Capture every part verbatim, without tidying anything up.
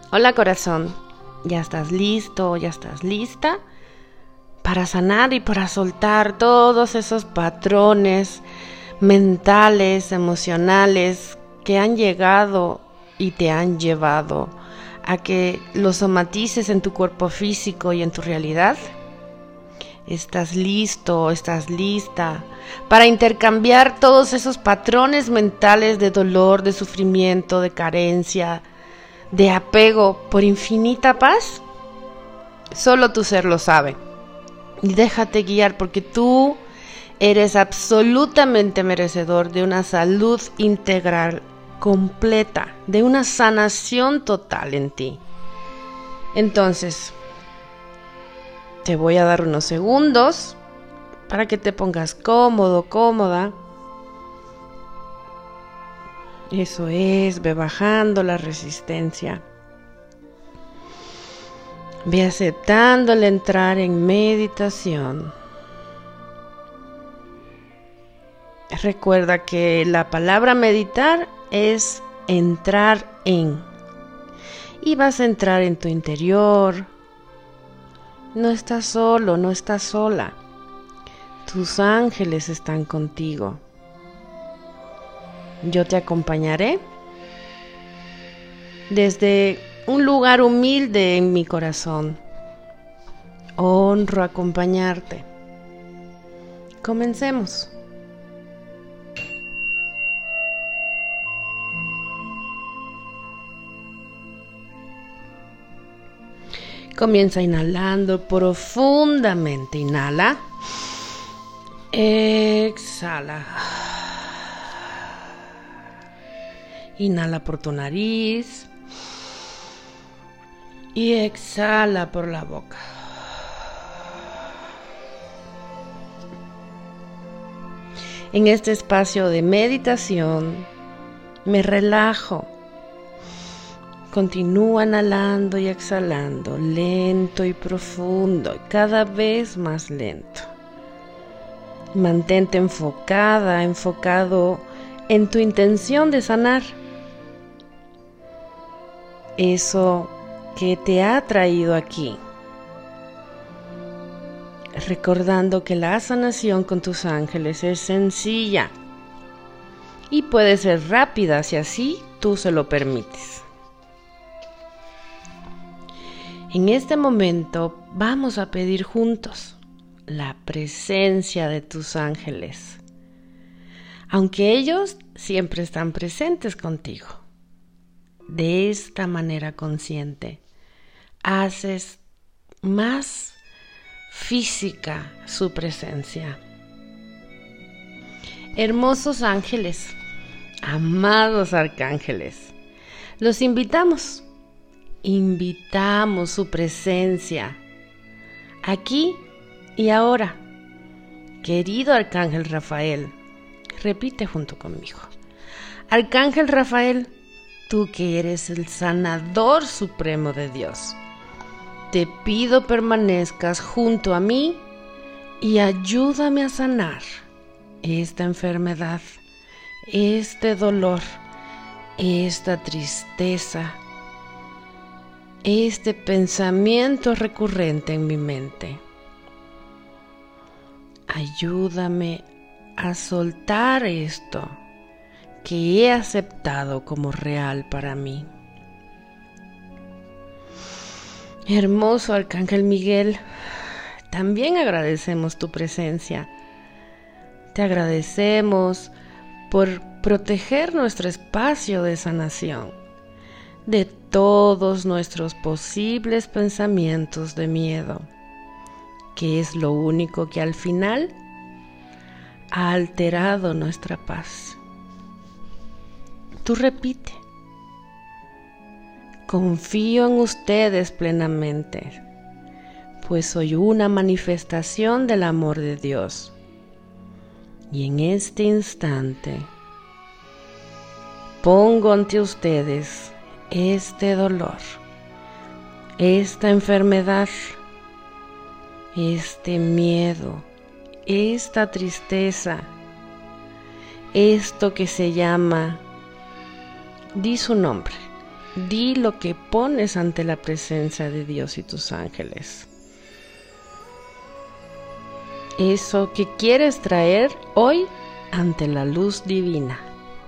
Hola corazón, ¿ya estás listo? ¿Ya estás lista? Para sanar y para soltar todos esos patrones mentales, emocionales que han llegado y te han llevado a que los somatices en tu cuerpo físico y en tu realidad. ¿Estás listo? ¿Estás lista para intercambiar todos esos patrones mentales de dolor, de sufrimiento, de carencia, de apego por infinita paz? Solo tu ser lo sabe. Y déjate guiar porque tú eres absolutamente merecedor de una salud integral completa, de una sanación total en ti. Entonces, te voy a dar unos segundos para que te pongas cómodo, cómoda. Eso es, ve bajando la resistencia. Ve aceptando el entrar en meditación. Recuerda que la palabra meditar es entrar en. Y vas a entrar en tu interior. No estás solo, no estás sola. Tus ángeles están contigo. Yo te acompañaré desde un lugar humilde en mi corazón. Honro acompañarte. Comencemos. Comienza inhalando profundamente. Inhala. Exhala. Inhala por tu nariz. Y exhala por la boca. En este espacio de meditación me relajo. Continúa inhalando y exhalando, lento y profundo, cada vez más lento. Mantente enfocada, enfocado en tu intención de sanar. Eso que te ha traído aquí. Recordando que la sanación con tus ángeles es sencilla y puede ser rápida si así tú se lo permites. En este momento vamos a pedir juntos la presencia de tus ángeles, aunque ellos siempre están presentes contigo. De esta manera consciente, haces más física su presencia. Hermosos ángeles, amados arcángeles, los invitamos. Invitamos su presencia aquí y ahora. Querido Arcángel Rafael, repite junto conmigo. Arcángel Rafael, tú que eres el sanador supremo de Dios, te pido permanezcas junto a mí y ayúdame a sanar esta enfermedad, este dolor, esta tristeza, este pensamiento recurrente en mi mente. Ayúdame a soltar esto que he aceptado como real para mí. Hermoso Arcángel Miguel, también agradecemos tu presencia. Te agradecemos por proteger nuestro espacio de sanación de todos nuestros posibles pensamientos de miedo, que es lo único que al final ha alterado nuestra paz. Tú repite. Confío en ustedes plenamente, pues soy una manifestación del amor de Dios. Y en este instante pongo ante ustedes este dolor, esta enfermedad, este miedo, esta tristeza, esto que se llama, di su nombre, di lo que pones ante la presencia de Dios y tus ángeles. Eso que quieres traer hoy ante la luz divina.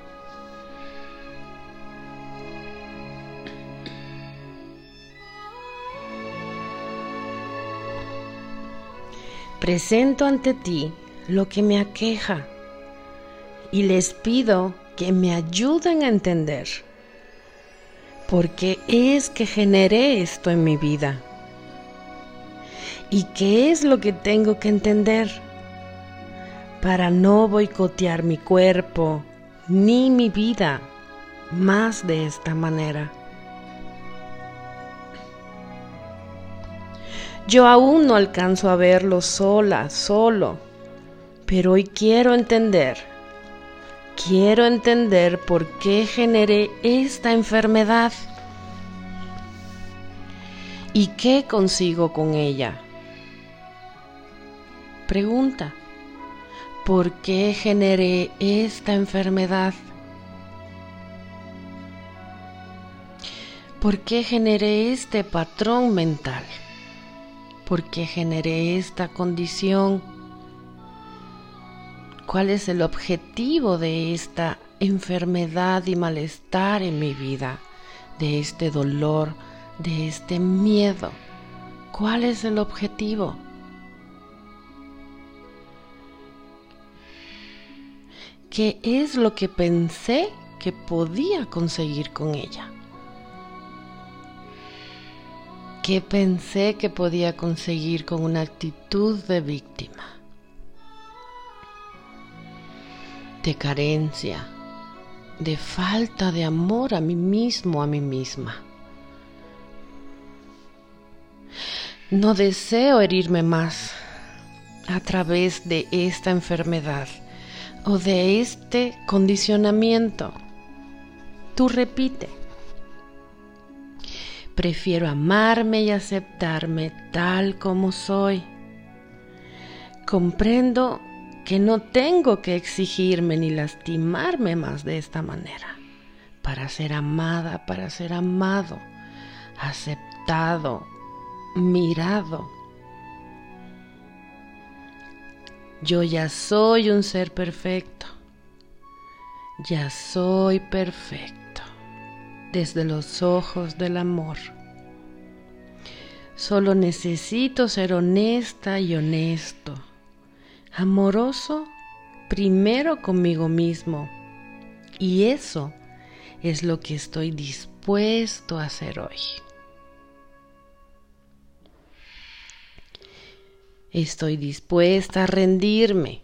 Presento ante ti lo que me aqueja y les pido que me ayuden a entender por qué es que generé esto en mi vida y qué es lo que tengo que entender para no boicotear mi cuerpo ni mi vida más de esta manera. Yo aún no alcanzo a verlo sola, solo, pero hoy quiero entender, quiero entender por qué generé esta enfermedad y qué consigo con ella. Pregunta, ¿por qué generé esta enfermedad? ¿Por qué generé este patrón mental? ¿Por qué generé esta condición? ¿Cuál es el objetivo de esta enfermedad y malestar en mi vida? De este dolor, de este miedo. ¿Cuál es el objetivo? ¿Qué es lo que pensé que podía conseguir con ella? ¿Qué pensé que podía conseguir con una actitud de víctima? De carencia, de falta de amor a mí mismo, a mí misma. No deseo herirme más a través de esta enfermedad o de este condicionamiento. Tú repite. Prefiero amarme y aceptarme tal como soy. Comprendo que no tengo que exigirme ni lastimarme más de esta manera para ser amada, para ser amado, aceptado, mirado. Yo ya soy un ser perfecto. Ya soy perfecto. Desde los ojos del amor. Solo necesito ser honesta y honesto, amoroso primero conmigo mismo, y eso es lo que estoy dispuesto a hacer hoy. Estoy dispuesta a rendirme.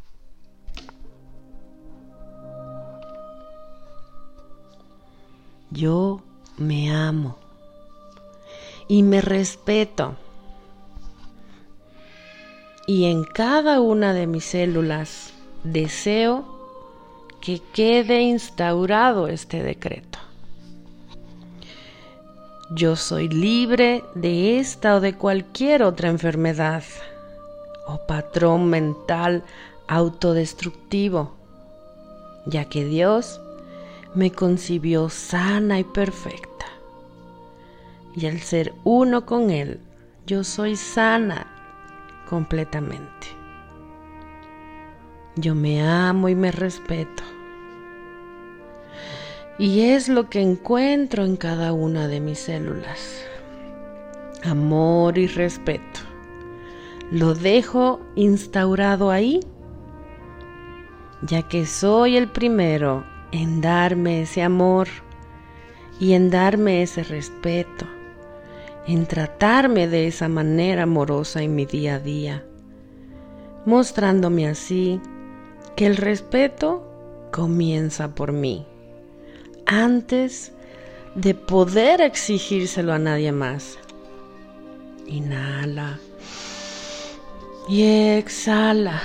Yo me amo y me respeto. Y en cada una de mis células deseo que quede instaurado este decreto. Yo soy libre de esta o de cualquier otra enfermedad o patrón mental autodestructivo, ya que Dios me concibió sana y perfecta. Y al ser uno con Él, yo soy sana completamente. Yo me amo y me respeto. Y es lo que encuentro en cada una de mis células. Amor y respeto. Lo dejo instaurado ahí, ya que soy el primero en darme ese amor y en darme ese respeto, en tratarme de esa manera amorosa en mi día a día, mostrándome así que el respeto comienza por mí, antes de poder exigírselo a nadie más. Inhala y exhala.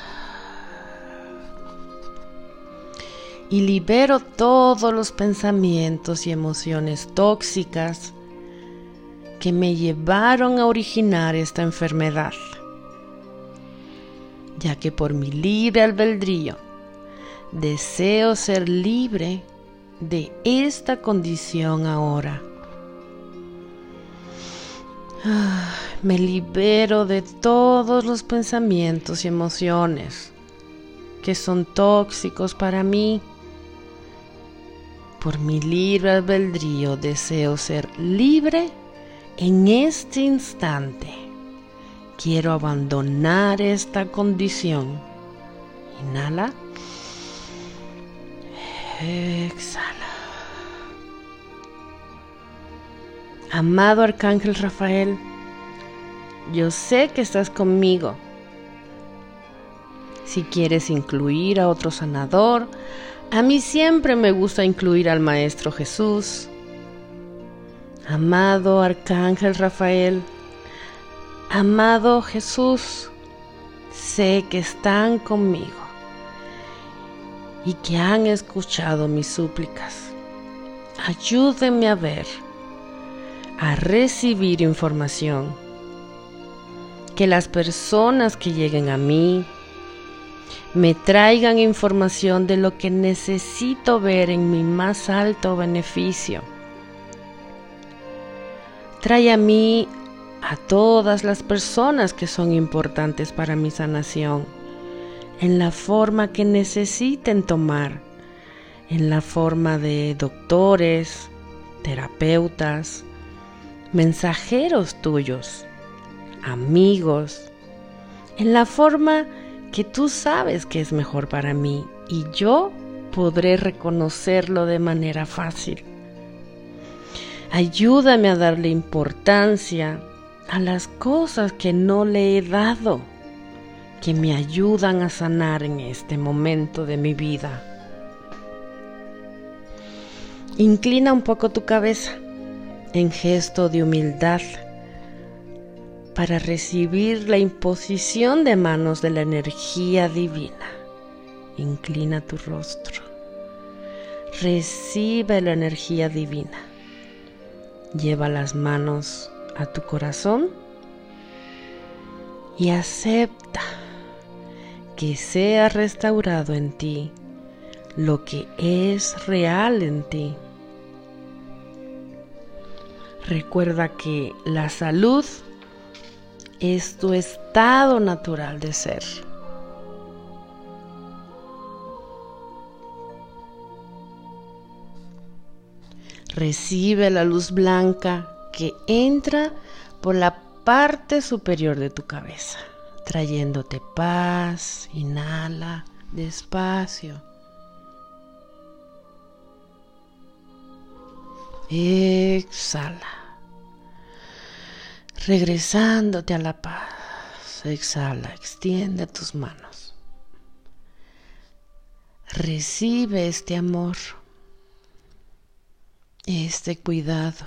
Y libero todos los pensamientos y emociones tóxicas que me llevaron a originar esta enfermedad, ya que por mi libre albedrío deseo ser libre de esta condición ahora. Ah, me libero de todos los pensamientos y emociones que son tóxicos para mí. Por mi libre albedrío deseo ser libre en este instante. Quiero abandonar esta condición. Inhala. Exhala. Amado Arcángel Rafael, yo sé que estás conmigo. Si quieres incluir a otro sanador, a mí siempre me gusta incluir al Maestro Jesús. Amado Arcángel Rafael, amado Jesús, sé que están conmigo y que han escuchado mis súplicas. Ayúdenme a ver, a recibir información, que las personas que lleguen a mí me traigan información de lo que necesito ver en mi más alto beneficio. Trae a mí a todas las personas que son importantes para mi sanación, en la forma que necesiten tomar, en la forma de doctores, terapeutas, mensajeros tuyos, amigos, en la forma que tú sabes que es mejor para mí y yo podré reconocerlo de manera fácil. Ayúdame a darle importancia a las cosas que no le he dado, que me ayudan a sanar en este momento de mi vida. Inclina un poco tu cabeza en gesto de humildad para recibir la imposición de manos de la energía divina. Inclina tu rostro. Recibe la energía divina. Lleva las manos a tu corazón y acepta que sea restaurado en ti lo que es real en ti. Recuerda que la salud es tu estado natural de ser. Recibe la luz blanca que entra por la parte superior de tu cabeza, trayéndote paz. Inhala despacio. Exhala. Regresándote a la paz. Exhala, extiende tus manos. Recibe este amor, este cuidado.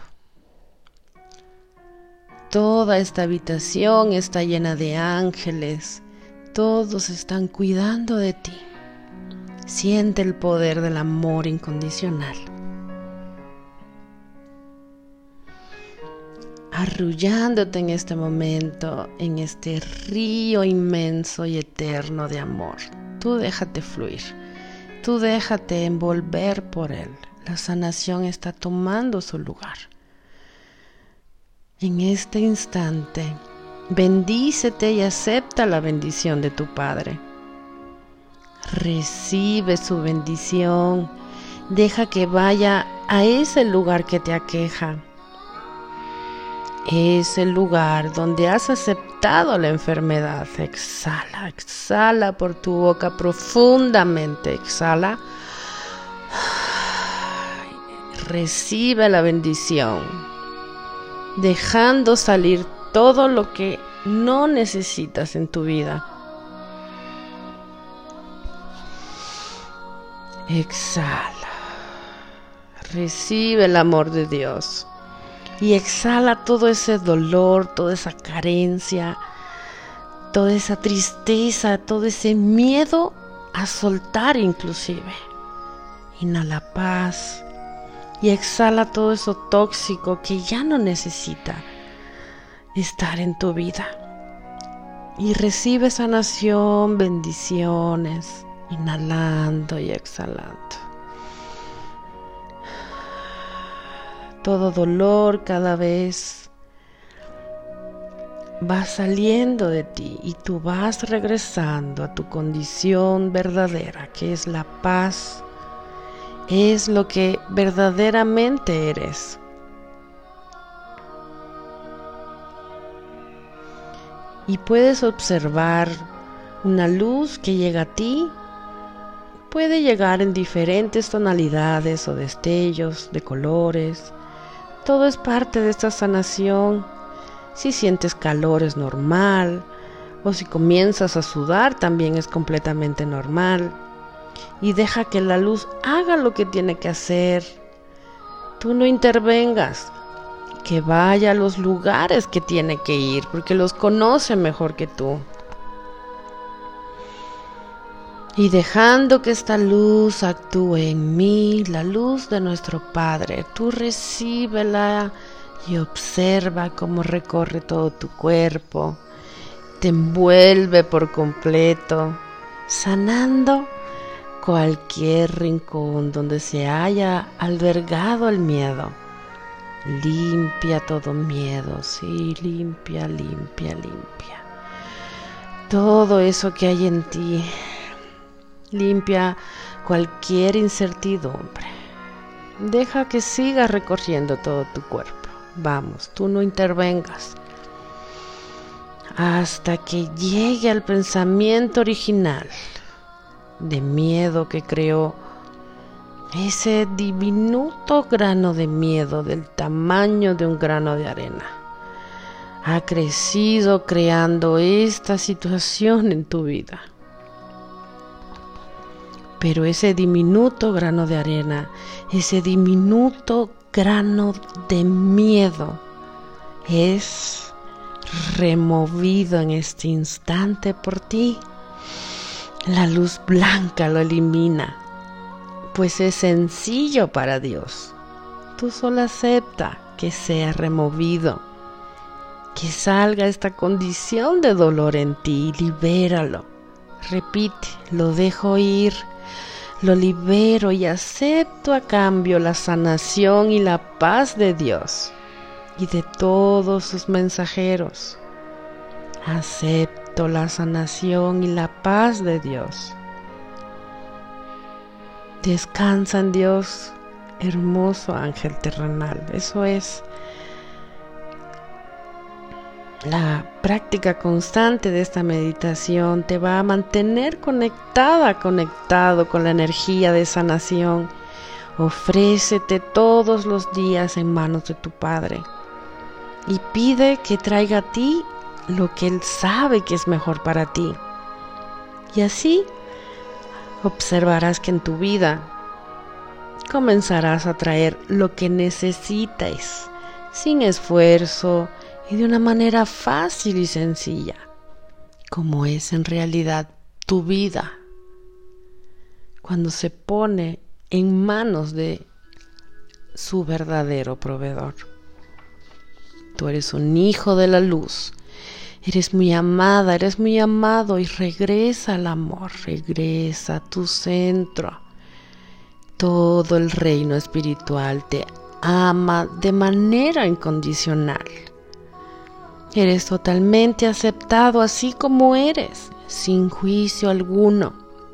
Toda esta habitación está llena de ángeles. Todos están cuidando de ti. Siente el poder del amor incondicional, arrullándote en este momento, en este río inmenso y eterno de amor. Tú déjate fluir, tú déjate envolver por él. La sanación está tomando su lugar. En este instante, bendícete y acepta la bendición de tu Padre. Recibe su bendición, deja que vaya a ese lugar que te aqueja. Es el lugar donde has aceptado la enfermedad. Exhala, exhala por tu boca profundamente. Exhala. Recibe la bendición, dejando salir todo lo que no necesitas en tu vida. Exhala. Recibe el amor de Dios. Y exhala todo ese dolor, toda esa carencia, toda esa tristeza, todo ese miedo a soltar inclusive. Inhala paz y exhala todo eso tóxico que ya no necesita estar en tu vida. Y recibe sanación, bendiciones, inhalando y exhalando. Todo dolor cada vez va saliendo de ti y tú vas regresando a tu condición verdadera, que es la paz, es lo que verdaderamente eres. Y puedes observar una luz que llega a ti. Puede llegar en diferentes tonalidades o destellos de colores. Todo es parte de esta sanación. Si sientes calor es normal, o si comienzas a sudar también es completamente normal. Y deja que la luz haga lo que tiene que hacer. Tú no intervengas. Que vaya a los lugares que tiene que ir, porque los conoce mejor que tú. Y dejando que esta luz actúe en mí, la luz de nuestro Padre, tú recíbela y observa cómo recorre todo tu cuerpo, te envuelve por completo, sanando cualquier rincón donde se haya albergado el miedo. Limpia todo miedo, sí, limpia, limpia, limpia. Todo eso que hay en ti. Limpia cualquier incertidumbre. Deja que siga recorriendo todo tu cuerpo. Vamos, tú no intervengas. Hasta que llegue al pensamiento original de miedo que creó ese diminuto grano de miedo del tamaño de un grano de arena. Ha crecido creando esta situación en tu vida. Pero ese diminuto grano de arena, ese diminuto grano de miedo es removido en este instante por ti. La luz blanca lo elimina. Pues es sencillo para Dios. Tú solo acepta que sea removido, que salga esta condición de dolor en ti y libéralo. Repite, lo dejo ir, lo libero y acepto a cambio la sanación y la paz de Dios y de todos sus mensajeros. Acepto la sanación y la paz de Dios. Descansa en Dios, hermoso ángel terrenal. Eso es la práctica constante de esta meditación. Te va a mantener conectada, conectado con la energía de sanación. Ofrécete todos los días en manos de tu Padre y pide que traiga a ti lo que Él sabe que es mejor para ti. Y así observarás que en tu vida comenzarás a traer lo que necesites, sin esfuerzo y de una manera fácil y sencilla, como es en realidad tu vida, cuando se pone en manos de su verdadero proveedor. Tú eres un hijo de la luz. Eres muy amada, eres muy amado y regresa al amor, regresa a tu centro. Todo el reino espiritual te ama de manera incondicional. Eres totalmente aceptado así como eres, sin juicio alguno.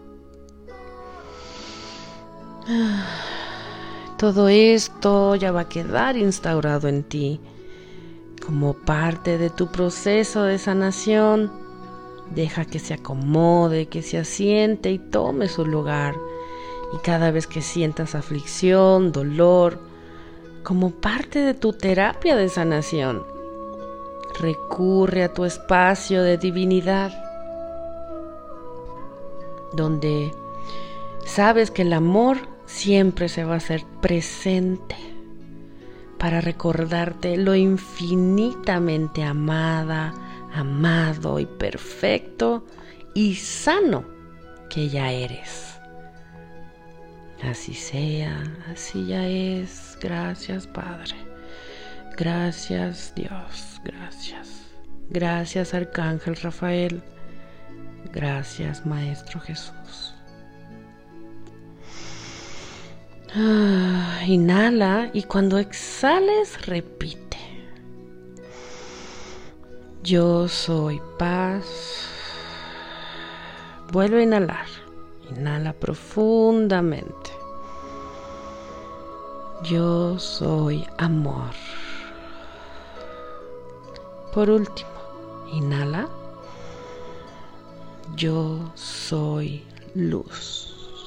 Todo esto ya va a quedar instaurado en ti. Como parte de tu proceso de sanación, deja que se acomode, que se asiente y tome su lugar. Y cada vez que sientas aflicción, dolor, como parte de tu terapia de sanación, recurre a tu espacio de divinidad, donde sabes que el amor siempre se va a hacer presente, para recordarte lo infinitamente amada, amado y perfecto y sano que ya eres. Así sea, así ya es. Gracias, Padre. Gracias, Dios. Gracias. Gracias, Arcángel Rafael. Gracias, Maestro Jesús. Ah, inhala y cuando exhales repite. Yo soy paz. Vuelve a inhalar. Inhala profundamente. Yo soy amor. Por último, inhala. Yo soy luz.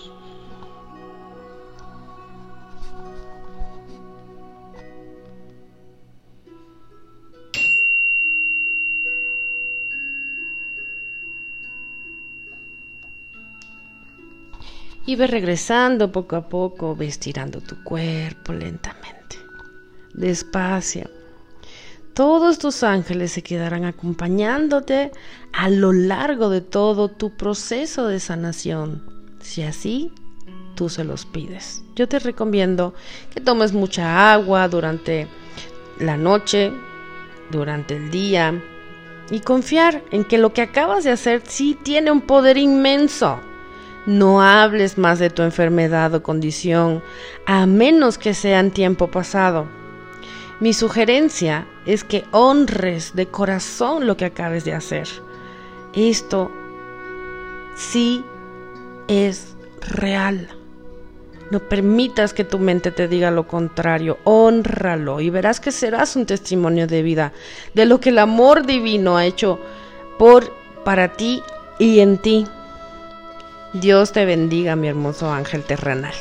Y ve regresando poco a poco, ve estirando tu cuerpo lentamente, despacio. Todos tus ángeles se quedarán acompañándote a lo largo de todo tu proceso de sanación, si así tú se los pides. Yo te recomiendo que tomes mucha agua durante la noche, durante el día, y confiar en que lo que acabas de hacer sí tiene un poder inmenso. No hables más de tu enfermedad o condición, a menos que sea en tiempo pasado. Mi sugerencia es que honres de corazón lo que acabes de hacer. Esto sí es real. No permitas que tu mente te diga lo contrario. Hónralo y verás que serás un testimonio de vida de lo que el amor divino ha hecho por, para ti y en ti. Dios te bendiga, mi hermoso ángel terrenal.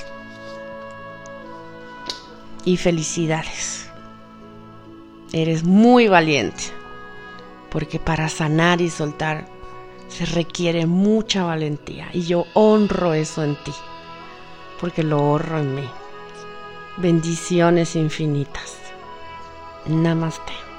Y felicidades. Eres muy valiente, porque para sanar y soltar se requiere mucha valentía. Y yo honro eso en ti, porque lo honro en mí. Bendiciones infinitas. Namaste.